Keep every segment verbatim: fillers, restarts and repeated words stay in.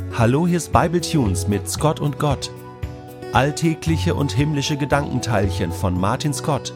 Hallo, hier ist Bible Tunes mit Scott und Gott. Alltägliche und himmlische Gedankenteilchen von Martin Scott.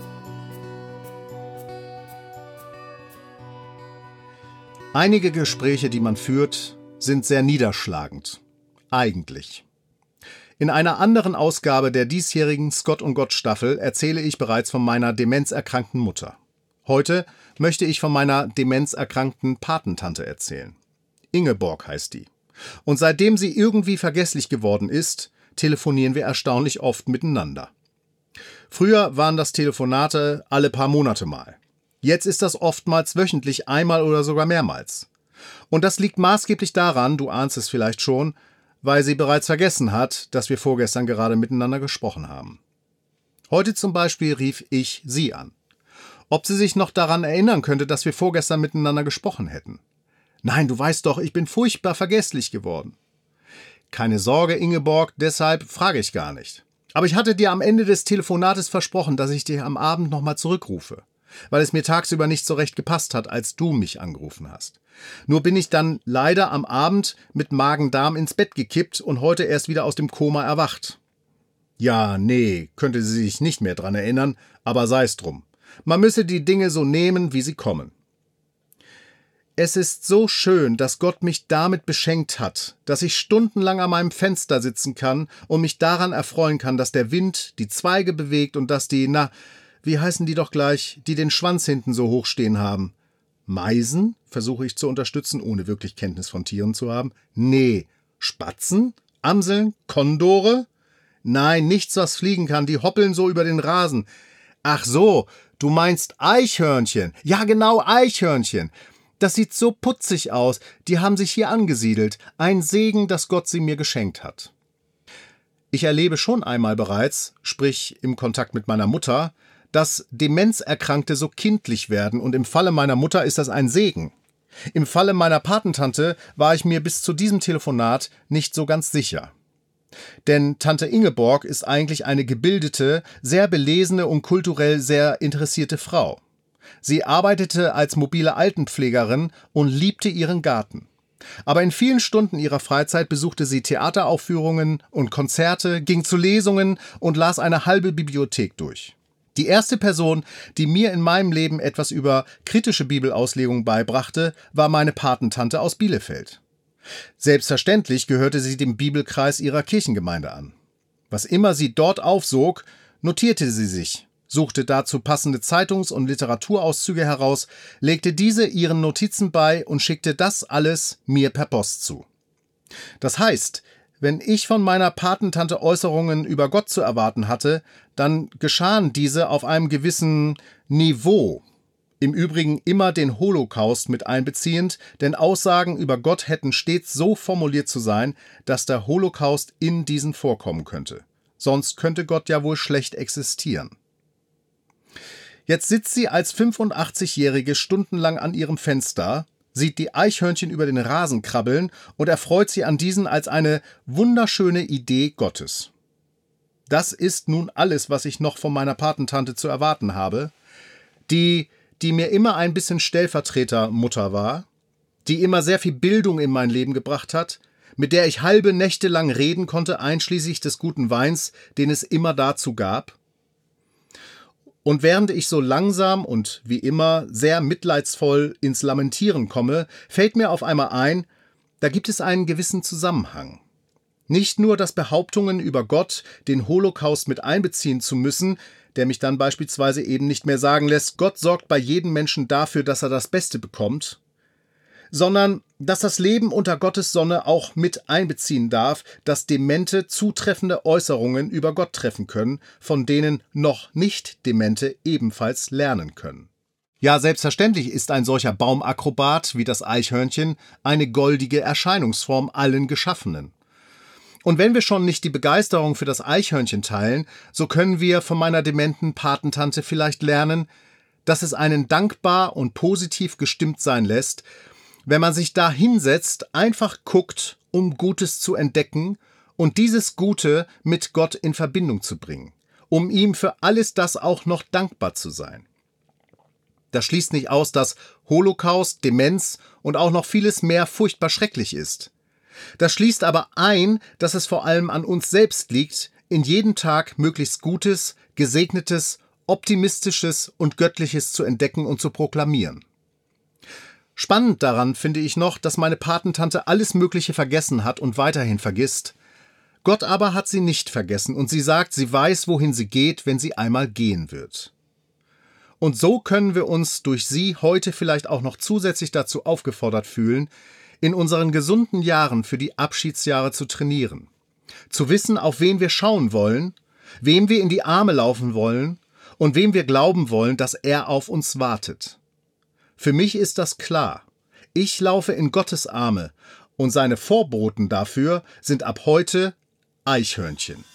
Einige Gespräche, die man führt, sind sehr niederschlagend. Eigentlich. In einer anderen Ausgabe der diesjährigen Scott und Gott Staffel erzähle ich bereits von meiner demenzerkrankten Mutter. Heute möchte ich von meiner demenzerkrankten Patentante erzählen. Ingeborg heißt die. Und seitdem sie irgendwie vergesslich geworden ist, telefonieren wir erstaunlich oft miteinander. Früher waren das Telefonate alle paar Monate mal. Jetzt ist das oftmals wöchentlich einmal oder sogar mehrmals. Und das liegt maßgeblich daran, du ahnst es vielleicht schon, weil sie bereits vergessen hat, dass wir vorgestern gerade miteinander gesprochen haben. Heute zum Beispiel rief ich sie an. Ob sie sich noch daran erinnern könnte, dass wir vorgestern miteinander gesprochen hätten. Nein, du weißt doch, ich bin furchtbar vergesslich geworden. Keine Sorge, Ingeborg, deshalb frage ich gar nicht. Aber ich hatte dir am Ende des Telefonates versprochen, dass ich dir am Abend nochmal zurückrufe, weil es mir tagsüber nicht so recht gepasst hat, als du mich angerufen hast. Nur bin ich dann leider am Abend mit Magen-Darm ins Bett gekippt und heute erst wieder aus dem Koma erwacht. Ja, nee, könnte sie sich nicht mehr dran erinnern, aber sei's drum. Man müsse die Dinge so nehmen, wie sie kommen. Es ist so schön, dass Gott mich damit beschenkt hat, dass ich stundenlang an meinem Fenster sitzen kann und mich daran erfreuen kann, dass der Wind die Zweige bewegt und dass die, na, wie heißen die doch gleich, die den Schwanz hinten so hoch stehen haben? Meisen? Versuche ich zu unterstützen, ohne wirklich Kenntnis von Tieren zu haben. Nee. Spatzen? Amseln? Kondore? Nein, nichts, was fliegen kann, die hoppeln so über den Rasen. Ach so, du meinst Eichhörnchen. Ja, genau, Eichhörnchen. Das sieht so putzig aus. Die haben sich hier angesiedelt. Ein Segen, dass Gott sie mir geschenkt hat. Ich erlebe schon einmal bereits, sprich im Kontakt mit meiner Mutter, dass Demenzerkrankte so kindlich werden und im Falle meiner Mutter ist das ein Segen. Im Falle meiner Patentante war ich mir bis zu diesem Telefonat nicht so ganz sicher. Denn Tante Ingeborg ist eigentlich eine gebildete, sehr belesene und kulturell sehr interessierte Frau. Sie arbeitete als mobile Altenpflegerin und liebte ihren Garten. Aber in vielen Stunden ihrer Freizeit besuchte sie Theateraufführungen und Konzerte, ging zu Lesungen und las eine halbe Bibliothek durch. Die erste Person, die mir in meinem Leben etwas über kritische Bibelauslegung beibrachte, war meine Patentante aus Bielefeld. Selbstverständlich gehörte sie dem Bibelkreis ihrer Kirchengemeinde an. Was immer sie dort aufsog, notierte sie sich, suchte dazu passende Zeitungs- und Literaturauszüge heraus, legte diese ihren Notizen bei und schickte das alles mir per Post zu. Das heißt, wenn ich von meiner Patentante Äußerungen über Gott zu erwarten hatte, dann geschahen diese auf einem gewissen Niveau. Im Übrigen immer den Holocaust mit einbeziehend, denn Aussagen über Gott hätten stets so formuliert zu sein, dass der Holocaust in diesen vorkommen könnte. Sonst könnte Gott ja wohl schlecht existieren. Jetzt sitzt sie als fünfundachtzigjährige stundenlang an ihrem Fenster, sieht die Eichhörnchen über den Rasen krabbeln und erfreut sie an diesen als eine wunderschöne Idee Gottes. Das ist nun alles, was ich noch von meiner Patentante zu erwarten habe, die, die mir immer ein bisschen Stellvertretermutter war, die immer sehr viel Bildung in mein Leben gebracht hat, mit der ich halbe Nächte lang reden konnte, einschließlich des guten Weins, den es immer dazu gab. Und während ich so langsam und wie immer sehr mitleidsvoll ins Lamentieren komme, fällt mir auf einmal ein, da gibt es einen gewissen Zusammenhang. Nicht nur, dass Behauptungen über Gott den Holocaust mit einbeziehen zu müssen, der mich dann beispielsweise eben nicht mehr sagen lässt, Gott sorgt bei jedem Menschen dafür, dass er das Beste bekommt, sondern dass das Leben unter Gottes Sonne auch mit einbeziehen darf, dass Demente zutreffende Äußerungen über Gott treffen können, von denen noch nicht Demente ebenfalls lernen können. Ja, selbstverständlich ist ein solcher Baumakrobat wie das Eichhörnchen eine goldige Erscheinungsform allen Geschaffenen. Und wenn wir schon nicht die Begeisterung für das Eichhörnchen teilen, so können wir von meiner dementen Patentante vielleicht lernen, dass es einen dankbar und positiv gestimmt sein lässt, wenn man sich da hinsetzt, einfach guckt, um Gutes zu entdecken und dieses Gute mit Gott in Verbindung zu bringen, um ihm für alles das auch noch dankbar zu sein. Das schließt nicht aus, dass Holocaust, Demenz und auch noch vieles mehr furchtbar schrecklich ist. Das schließt aber ein, dass es vor allem an uns selbst liegt, in jedem Tag möglichst Gutes, Gesegnetes, Optimistisches und Göttliches zu entdecken und zu proklamieren. Spannend daran finde ich noch, dass meine Patentante alles Mögliche vergessen hat und weiterhin vergisst. Gott aber hat sie nicht vergessen und sie sagt, sie weiß, wohin sie geht, wenn sie einmal gehen wird. Und so können wir uns durch sie heute vielleicht auch noch zusätzlich dazu aufgefordert fühlen, in unseren gesunden Jahren für die Abschiedsjahre zu trainieren. Zu wissen, auf wen wir schauen wollen, wem wir in die Arme laufen wollen und wem wir glauben wollen, dass er auf uns wartet. Für mich ist das klar. Ich laufe in Gottes Arme und seine Vorboten dafür sind ab heute Eichhörnchen.